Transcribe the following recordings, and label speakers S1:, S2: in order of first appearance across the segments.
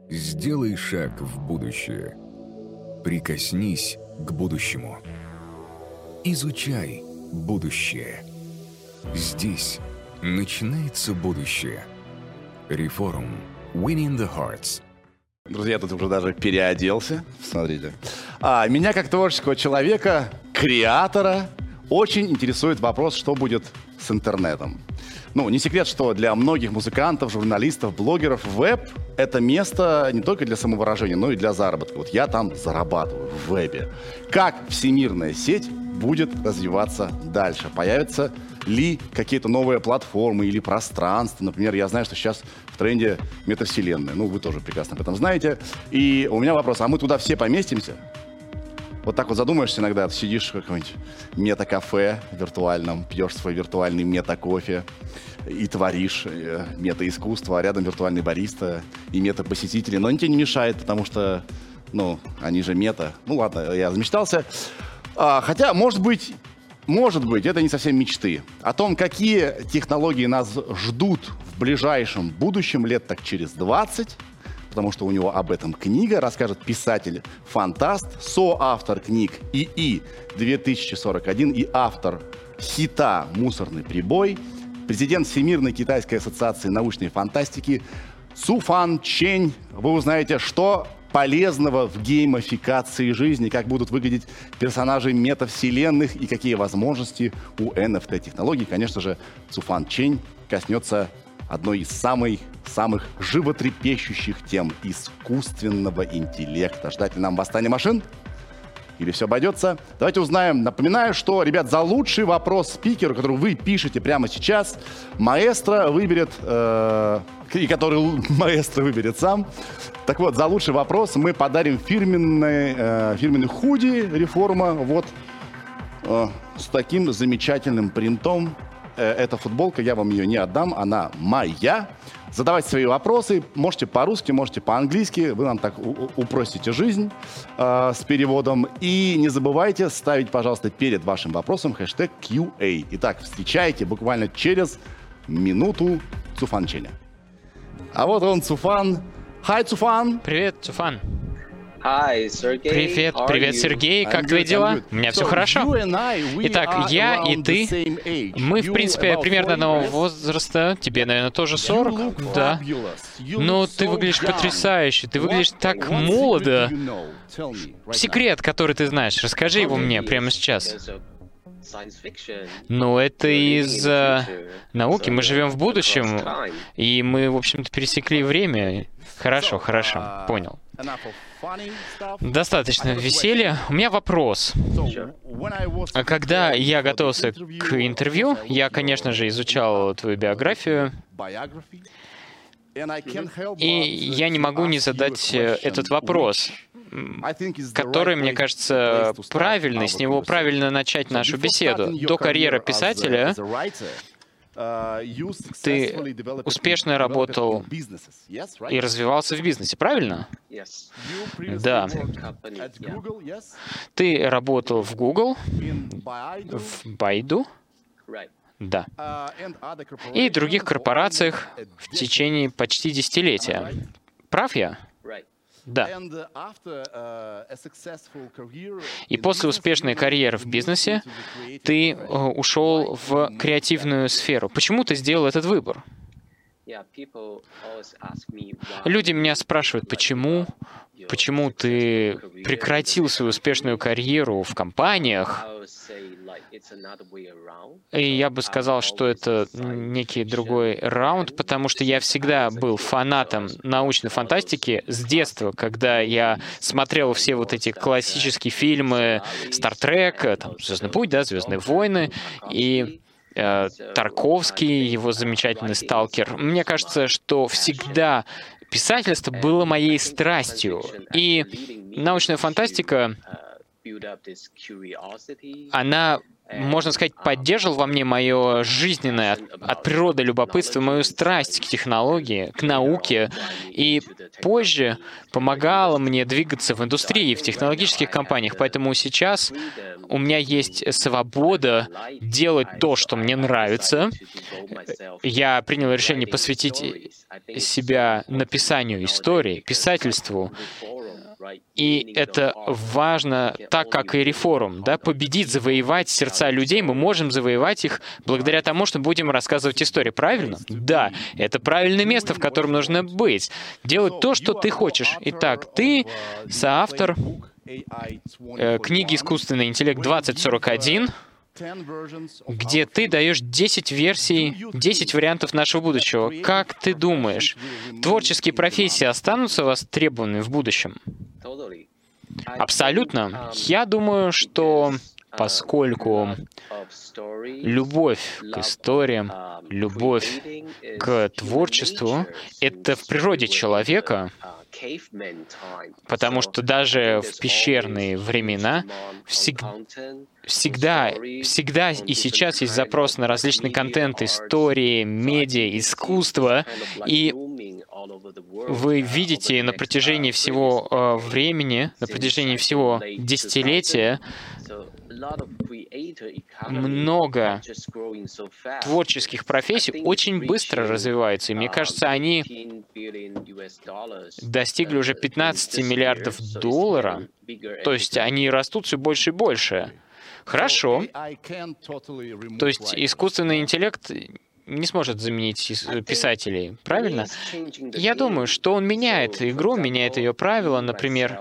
S1: Сделай шаг в будущее. Прикоснись к будущему. Изучай будущее. Здесь начинается будущее. Reforum. Winning the Hearts.
S2: Друзья, тут уже даже переоделся. Смотрите. Меня как творческого человека, креатора, очень интересует вопрос, что будет с интернетом. Ну, не секрет, что для многих музыкантов, журналистов, блогеров веб — это место не только для самовыражения, но и для заработка. Вот я там зарабатываю в вебе. Как всемирная сеть будет развиваться дальше? Появятся ли какие-то новые платформы или пространства? Например, я знаю, что сейчас в тренде метавселенная. Ну, вы тоже прекрасно об этом знаете. И у меня вопрос, а мы туда все поместимся? Вот так вот задумаешься иногда, ты сидишь в каком-нибудь мета-кафе виртуальном, пьешь свой виртуальный мета-кофе и творишь мета-искусство, а рядом виртуальный бариста и мета-посетители. Но они тебе не мешают, потому что, ну, они же мета. Ну ладно, я замечтался. Хотя, может быть, это не совсем мечты. О том, какие технологии нас ждут в ближайшем будущем, лет так через 20, потому что у него об этом книга, расскажет писатель-фантаст, соавтор книг ИИ 2041 и автор хита «Мусорный прибой», президент Всемирной китайской ассоциации научной фантастики Цуфан Чэнь. Вы узнаете, что полезного в геймификации жизни, как будут выглядеть персонажи метавселенных и какие возможности у NFT-технологий. Конечно же, Цуфан Чэнь коснется одной из самых животрепещущих тем искусственного интеллекта. Ждать ли нам восстания машин? Или все обойдется? Давайте узнаем. Напоминаю, что, ребят, за лучший вопрос спикеру, который вы пишете прямо сейчас, маэстро выберет, и который маэстро выберет сам. Так вот, за лучший вопрос мы подарим фирменный худи Reforum. Вот с таким замечательным принтом. Эта футболка, я вам ее не отдам, она моя. Задавайте свои вопросы, можете по-русски, можете по-английски, вы нам так упростите жизнь с переводом. И не забывайте ставить, пожалуйста, перед вашим вопросом хэштег QA. Итак, встречайте буквально через минуту Цуфан Чэня. А вот он, Цуфан. Hi, Цуфан.
S3: Привет, Цуфан.
S4: Hi, Sergey.
S3: Привет, Сергей. Как твои дела? У меня все хорошо. Итак, я и ты, мы, в принципе, примерно одного возраста. Тебе, наверное, тоже 40. Да. Но ты выглядишь потрясающе. Ты выглядишь так молодо. Секрет, который ты знаешь, расскажи его мне прямо сейчас. Ну, это из науки. Мы живем в будущем, и мы, в общем-то, пересекли время. Хорошо, понял. Достаточно веселья. У меня вопрос. Когда я готовился к интервью, я, конечно же, изучал твою биографию, и я не могу не задать этот вопрос, который, мне кажется, правильный, с него правильно начать нашу беседу. До карьеры писателя ты успешно работал и развивался в бизнесе, правильно? Да. Ты работал в Google, в Baidu, да, и других корпорациях в течение почти десятилетия. Прав я? Да. И после успешной карьеры в бизнесе ты ушел в креативную сферу. Почему ты сделал этот выбор? Люди меня спрашивают, почему ты прекратил свою успешную карьеру в компаниях. И я бы сказал, что это некий другой раунд, потому что я всегда был фанатом научной фантастики с детства, когда я смотрел все вот эти классические фильмы Star Trek, там, «Звездный путь», да, «Звездные войны», и Тарковский, его замечательный «Сталкер». Мне кажется, что всегда писательство было моей страстью. И научная фантастика, она можно сказать, поддерживал во мне мое жизненное от природы любопытство, мою страсть к технологии, к науке, и позже помогало мне двигаться в индустрии, в технологических компаниях. Поэтому сейчас у меня есть свобода делать то, что мне нравится. Я принял решение посвятить себя написанию истории, писательству. И это важно, так как и рефорум, да, победить, завоевать сердца людей. Мы можем завоевать их благодаря тому, что будем рассказывать истории. Правильно? Да, это правильное место, в котором нужно быть. Делать то, что ты хочешь. Итак, ты соавтор книги «Искусственный интеллект 2041», где ты даешь 10 версий, 10 вариантов нашего будущего. Как ты думаешь, творческие профессии останутся востребованными в будущем? Абсолютно. Я думаю, что поскольку любовь к историям, любовь к творчеству — это в природе человека, потому что даже в пещерные времена всегда и сейчас есть запрос на различный контент, истории, медиа, искусство, и вы видите на протяжении всего времени, на протяжении всего десятилетия, много творческих профессий очень быстро развиваются, и мне кажется, они достигли уже 15 миллиардов долларов, то есть они растут все больше и больше. Хорошо. То есть искусственный интеллект не сможет заменить писателей, правильно? Я думаю, что он меняет игру, меняет ее правила. Например,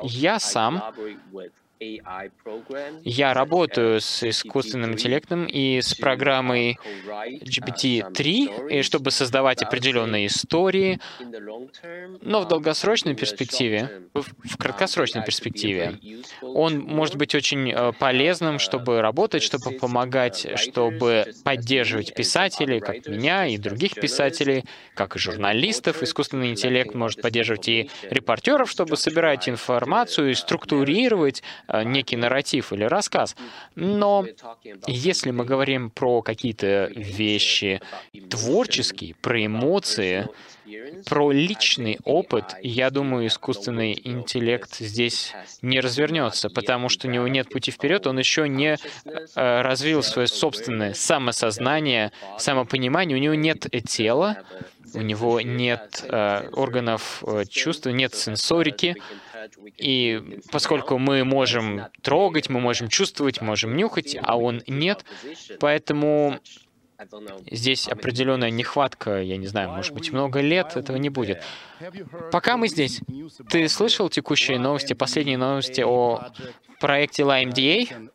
S3: я работаю с искусственным интеллектом и с программой GPT-3, чтобы создавать определенные истории, но в долгосрочной перспективе, в краткосрочной перспективе, он может быть очень полезным, чтобы работать, чтобы помогать, чтобы поддерживать писателей, как меня и других писателей, как и журналистов. Искусственный интеллект может поддерживать и репортеров, чтобы собирать информацию и структурировать некий нарратив или рассказ. Но если мы говорим про какие-то вещи творческие, про эмоции, про личный опыт, я думаю, искусственный интеллект здесь не развернется, потому что у него нет пути вперед, он еще не развил свое собственное самосознание, самопонимание, у него нет тела, у него нет органов чувств, нет сенсорики. И поскольку мы можем трогать, мы можем чувствовать, можем нюхать, а он нет, поэтому здесь определенная нехватка, я не знаю, может быть, много лет этого не будет. Пока мы здесь, ты слышал текущие новости, последние новости о проекте LaMDA?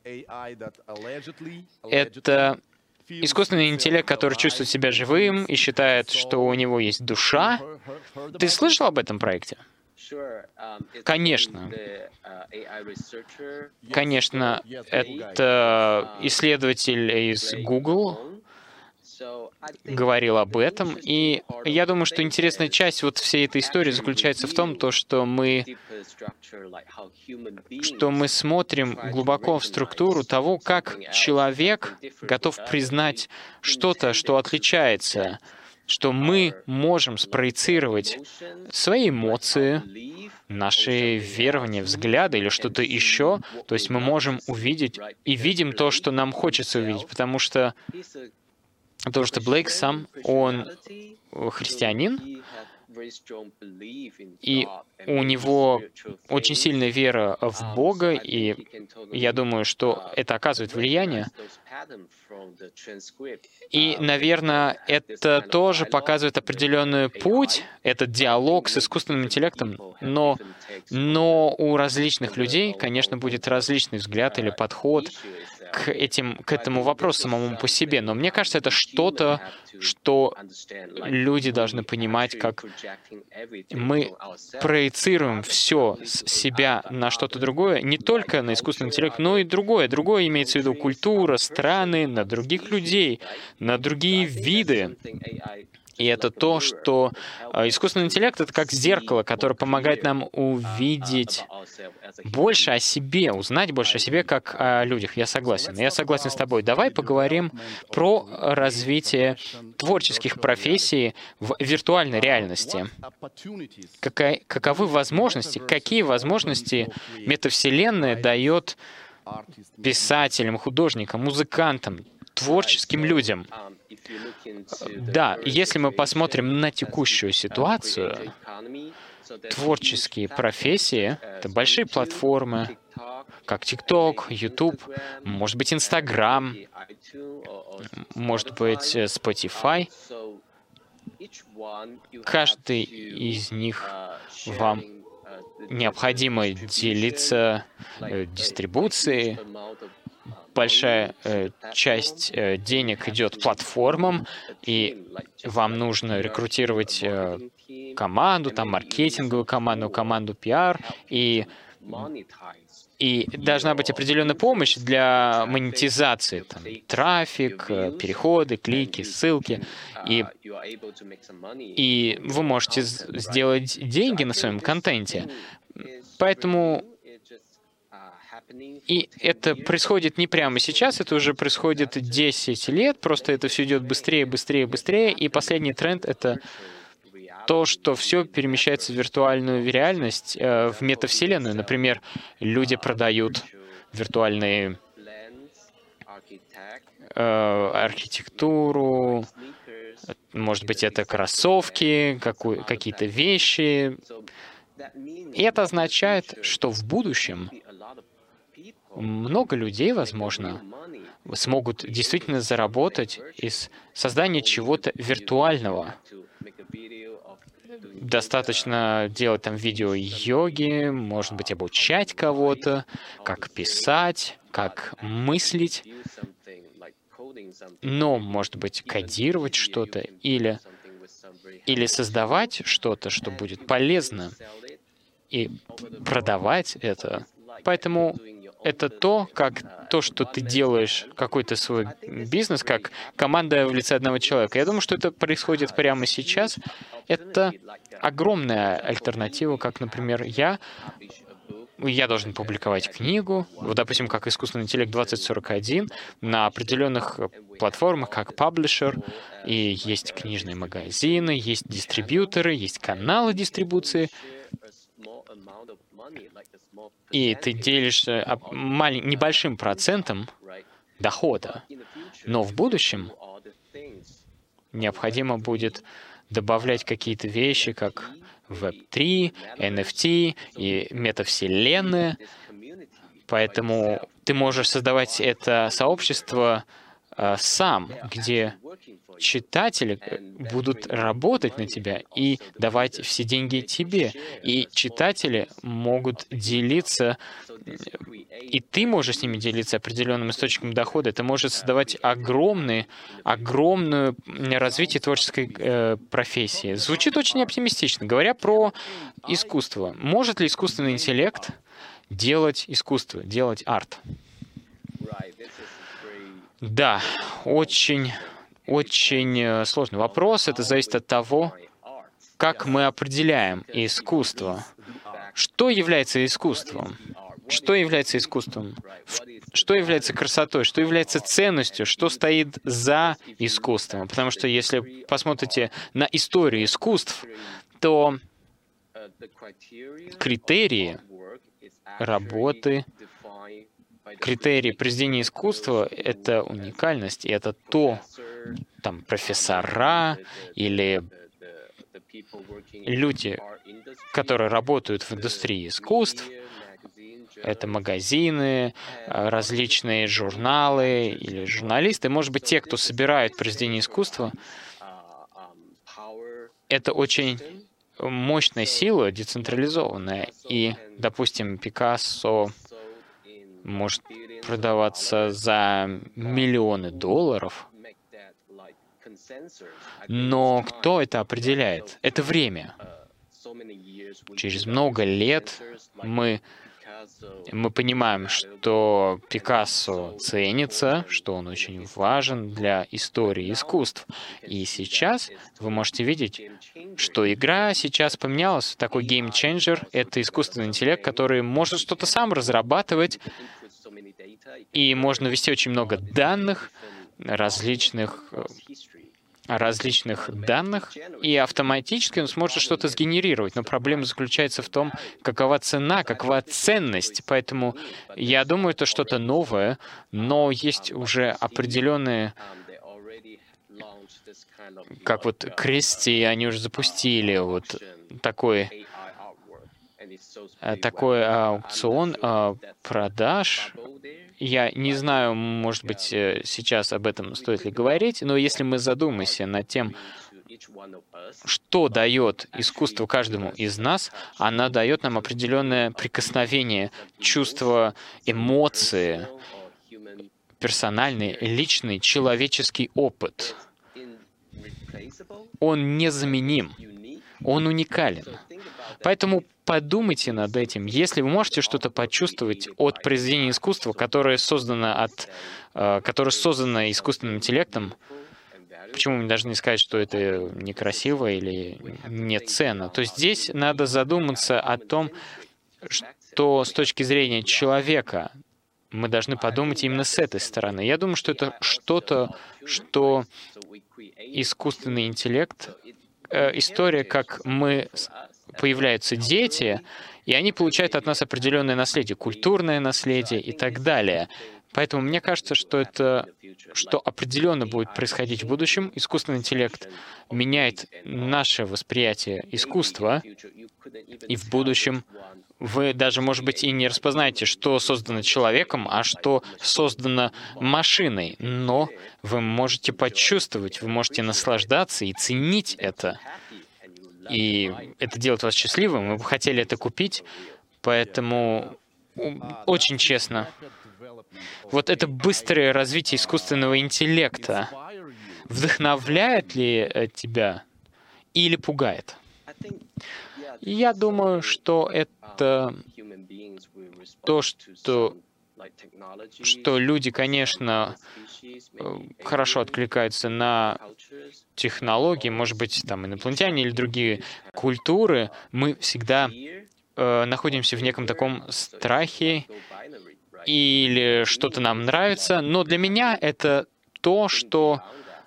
S3: Это искусственный интеллект, который чувствует себя живым и считает, что у него есть душа. Ты слышал об этом проекте? Конечно. Конечно, это исследователь из Google говорил об этом, и я думаю, что интересная часть вот всей этой истории заключается в том, что мы смотрим глубоко в структуру того, как человек готов признать что-то, что отличается, что мы можем спроецировать свои эмоции, наши верования, взгляды или что-то еще. То есть мы можем увидеть и видим то, что нам хочется увидеть, потому что Блейк сам, он христианин, и у него очень сильная вера в Бога, и я думаю, что это оказывает влияние. И, наверное, это тоже показывает определенный путь, этот диалог с искусственным интеллектом, но у различных людей, конечно, будет различный взгляд или подход к этому вопросу самому по себе. Но мне кажется, это что-то, что люди должны понимать, как мы проецируем все с себя на что-то другое, не только на искусственный интеллект, но и другое. Другое имеется в виду культура, страны, на других людей, на другие виды. И это то, что искусственный интеллект — это как зеркало, которое помогает нам увидеть больше о себе, узнать больше о себе, как о людях. Я согласен. Я согласен с тобой. Давай поговорим про развитие творческих профессий в виртуальной реальности. Каковы возможности, какие возможности метавселенная дает писателям, художникам, музыкантам, творческим людям? Да, если мы посмотрим на текущую ситуацию, творческие профессии — это большие платформы, как TikTok, YouTube, может быть, Instagram, может быть, Spotify. Каждый из них вам необходимо делиться дистрибуцией. Большая часть денег идет платформам, и вам нужно рекрутировать команду, там, маркетинговую команду пиар, и должна быть определенная помощь для монетизации, там, трафик, переходы, клики, ссылки. И вы можете сделать деньги на своем контенте. Поэтому и это происходит не прямо сейчас, это уже происходит 10 лет, просто это все идет быстрее, быстрее, быстрее. И последний тренд — это то, что все перемещается в виртуальную реальность, в метавселенную. Например, люди продают виртуальные архитектуру, может быть, это кроссовки, какие-то вещи. И это означает, что в будущем много людей, возможно, смогут действительно заработать из создания чего-то виртуального. Достаточно делать там видео йоги, может быть, обучать кого-то, как писать, как мыслить, но, может быть, кодировать что-то или создавать что-то, что будет полезно, и продавать это. Поэтому это то, что ты делаешь, какой-то свой бизнес, как команда в лице одного человека. Я думаю, что это происходит прямо сейчас. Это огромная альтернатива, как, например, я должен публиковать книгу, вот, допустим, как «Искусственный интеллект 2041», на определенных платформах, как Publisher, и есть книжные магазины, есть дистрибьюторы, есть каналы дистрибуции, и ты делишься небольшим процентом дохода. Но в будущем необходимо будет добавлять какие-то вещи, как Web3, NFT и метавселенная. Поэтому ты можешь создавать это сообщество сам, где читатели будут работать на тебя и давать все деньги тебе. И читатели могут делиться, и ты можешь с ними делиться определенным источником дохода. Это может создавать огромное развитие творческой профессии. Звучит очень оптимистично. Говоря про искусство, может ли искусственный интеллект делать искусство, делать арт? Да, очень сложный вопрос. Это зависит от того, как мы определяем искусство. Что является искусством? Что является искусством? Что является красотой? Что является ценностью? Что стоит за искусством? Потому что если посмотрите на историю искусств, то критерии работы, критерий произведения искусства — это уникальность, и это то, там, профессора или люди, которые работают в индустрии искусств, это магазины, различные журналы или журналисты, может быть, те, кто собирают произведения искусства, это очень мощная сила, децентрализованная. И, допустим, Пикассо может продаваться за миллионы долларов. Но кто это определяет? Это время. через много лет мы понимаем, что Пикассо ценится, что он очень важен для истории искусств. И сейчас вы можете видеть, что игра сейчас поменялась. Такой геймченджер — это искусственный интеллект, который может что-то сам разрабатывать, и можно ввести очень много данных, различных данных, и автоматически он сможет что-то сгенерировать. Но проблема заключается в том, какова цена, какова ценность. Поэтому я думаю, это что-то новое, но есть уже определенные, как вот Кристи, они уже запустили вот такой аукцион продаж. Я не знаю, может быть, сейчас об этом стоит ли говорить, но если мы задумаемся над тем, что дает искусство каждому из нас, она дает нам определенное прикосновение, чувство, эмоции, персональный, личный, человеческий опыт. Он незаменим, он уникален. Поэтому подумайте над этим. Если вы можете что-то почувствовать от произведения искусства, которое создано искусственным интеллектом, почему мы должны сказать, что это некрасиво или не ценно, то здесь надо задуматься о том, что с точки зрения человека мы должны подумать именно с этой стороны. Я думаю, что это что-то, что искусственный интеллект, история, как появляются дети, и они получают от нас определенное наследие, культурное наследие и так далее. Поэтому мне кажется, что определенно будет происходить в будущем. Искусственный интеллект меняет наше восприятие искусства, и в будущем вы даже, может быть, и не распознаете, что создано человеком, а что создано машиной. Но вы можете почувствовать, вы можете наслаждаться и ценить это. И это делает вас счастливым, вы бы хотели это купить, поэтому очень честно, вот это быстрое развитие искусственного интеллекта вдохновляет ли тебя или пугает? Я думаю, что это то, что люди, конечно, хорошо откликаются на технологии, может быть, там инопланетяне или другие культуры, мы всегда находимся в неком таком страхе или что-то нам нравится, но для меня это то, что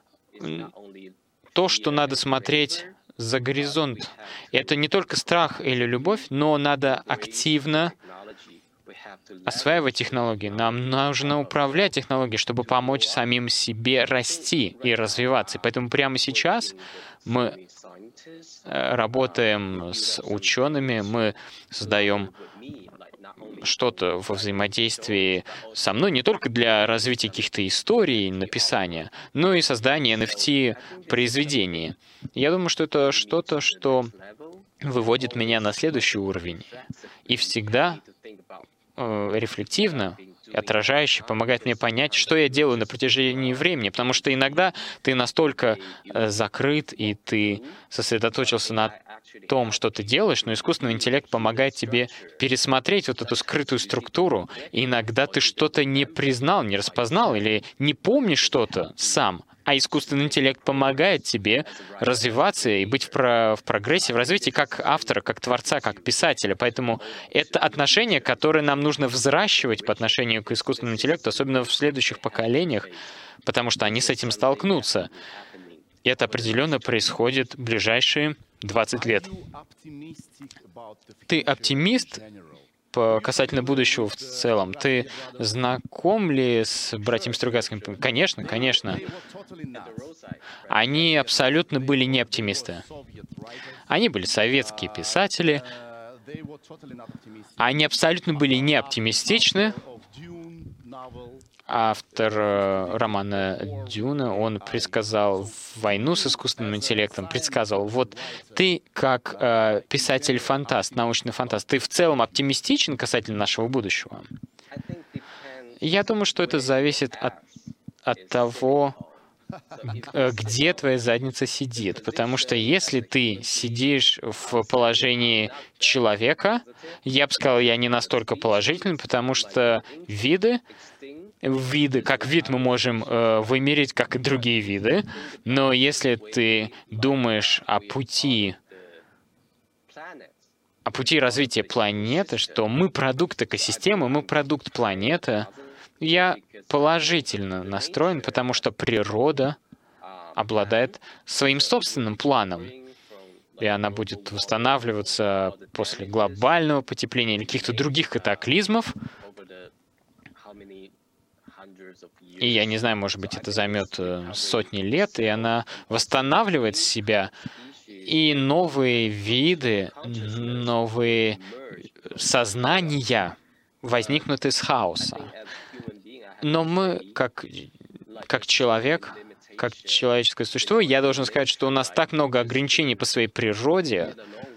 S3: надо смотреть за горизонт. Это не только страх или любовь, но надо активно осваивать технологии. Нам нужно управлять технологией, чтобы помочь самим себе расти и развиваться. И поэтому прямо сейчас мы работаем с учеными, мы создаем что-то во взаимодействии со мной не только для развития каких-то историй, написания, но и создания NFT-произведений. Я думаю, что это что-то, что выводит меня на следующий уровень. И всегда рефлективно, отражающе помогает мне понять, что я делаю на протяжении времени, потому что иногда ты настолько закрыт, и ты сосредоточился на том, что ты делаешь, но искусственный интеллект помогает тебе пересмотреть вот эту скрытую структуру, и иногда ты что-то не признал, не распознал или не помнишь что-то сам, а искусственный интеллект помогает тебе развиваться и быть в прогрессе, в развитии как автора, как творца, как писателя. Поэтому это отношение, которое нам нужно взращивать по отношению к искусственному интеллекту, особенно в следующих поколениях, потому что они с этим столкнутся. И это определенно происходит в ближайшие 20 лет. Ты оптимист касательно будущего в целом? Ты знаком ли с братьями Стругацкими? Конечно, конечно. Они абсолютно были не оптимисты. Они были советские писатели. Они абсолютно были не оптимистичны. Автор романа «Дюна», он предсказал войну с искусственным интеллектом, предсказывал, вот ты как писатель-фантаст, научный фантаст, ты в целом оптимистичен касательно нашего будущего? Я думаю, что это зависит от того, где твоя задница сидит. Потому что если ты сидишь в положении человека, я бы сказал, я не настолько положительный, потому что виды, как вид мы можем вымерить, как и другие виды, но если ты думаешь о пути развития планеты, что мы продукт экосистемы, мы продукт планеты, я положительно настроен, потому что природа обладает своим собственным планом, и она будет восстанавливаться после глобального потепления или каких-то других катаклизмов. И я не знаю, может быть, это займет сотни лет, и она восстанавливает себя. И новые виды, новые сознания возникнут из хаоса. Но мы, как человек, как человеческое существо, я должен сказать, что у нас так много ограничений по своей природе.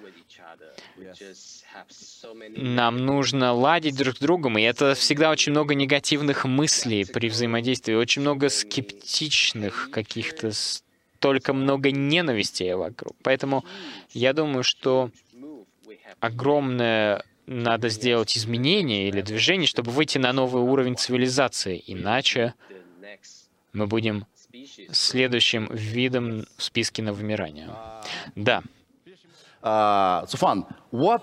S3: Нам нужно ладить друг с другом, и это всегда очень много негативных мыслей при взаимодействии, очень много скептичных каких-то, столько много ненависти вокруг. Поэтому я думаю, что огромное надо сделать изменение или движение, чтобы выйти на новый уровень цивилизации. Иначе мы будем следующим видом в списке на вымирание. Да.
S2: Цуфан,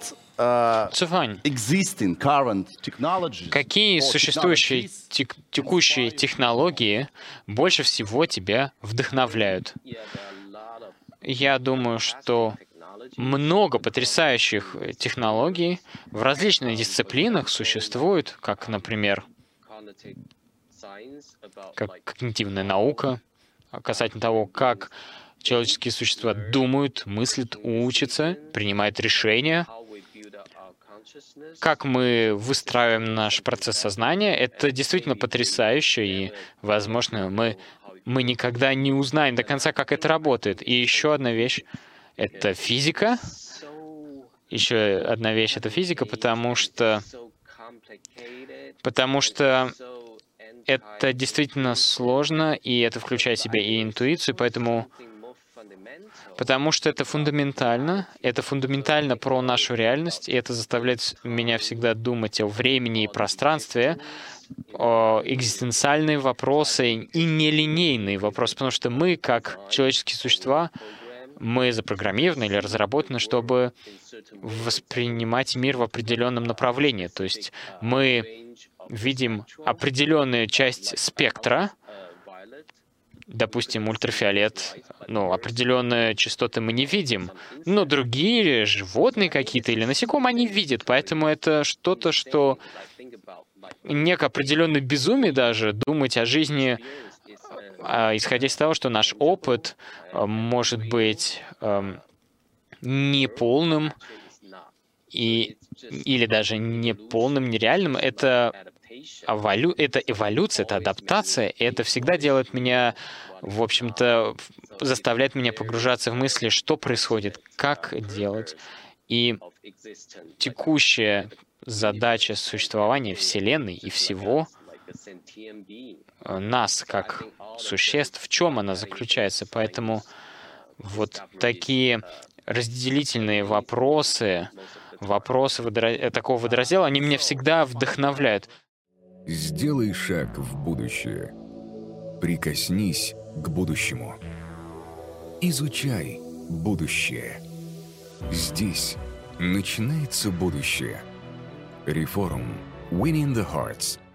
S3: какие существующие текущие технологии больше всего тебя вдохновляют? Я думаю, что много потрясающих технологий в различных дисциплинах существует, как, например, как когнитивная наука, касательно того, как человеческие существа думают, мыслят, учатся, принимают решения, как мы выстраиваем наш процесс сознания. Это действительно потрясающе, и, возможно, мы никогда не узнаем до конца, как это работает. И еще одна вещь — это физика. Еще одна вещь — это физика, потому что это действительно сложно, и это включает в себя и интуицию, потому что это фундаментально про нашу реальность, и это заставляет меня всегда думать о времени и пространстве, о экзистенциальные вопросы и нелинейные вопросы, потому что мы, как человеческие существа, мы запрограммированы или разработаны, чтобы воспринимать мир в определенном направлении. То есть мы видим определенную часть спектра, допустим, ультрафиолет, определенные частоты мы не видим, но другие, животные какие-то или насекомые, они видят, поэтому это что-то, что некое определенное безумие даже думать о жизни, исходя из того, что наш опыт может быть неполным или даже неполным, нереальным. Это эволюция, это адаптация, и это всегда делает меня, в общем-то, заставляет меня погружаться в мысли, что происходит, как делать. И текущая задача существования Вселенной и всего нас, как существ, в чем она заключается. Поэтому вот такие разделительные вопросы такого водораздела, они меня всегда вдохновляют.
S1: Сделай шаг в будущее. Прикоснись к будущему. Изучай будущее. Здесь начинается будущее. Reforum. Winning the Hearts.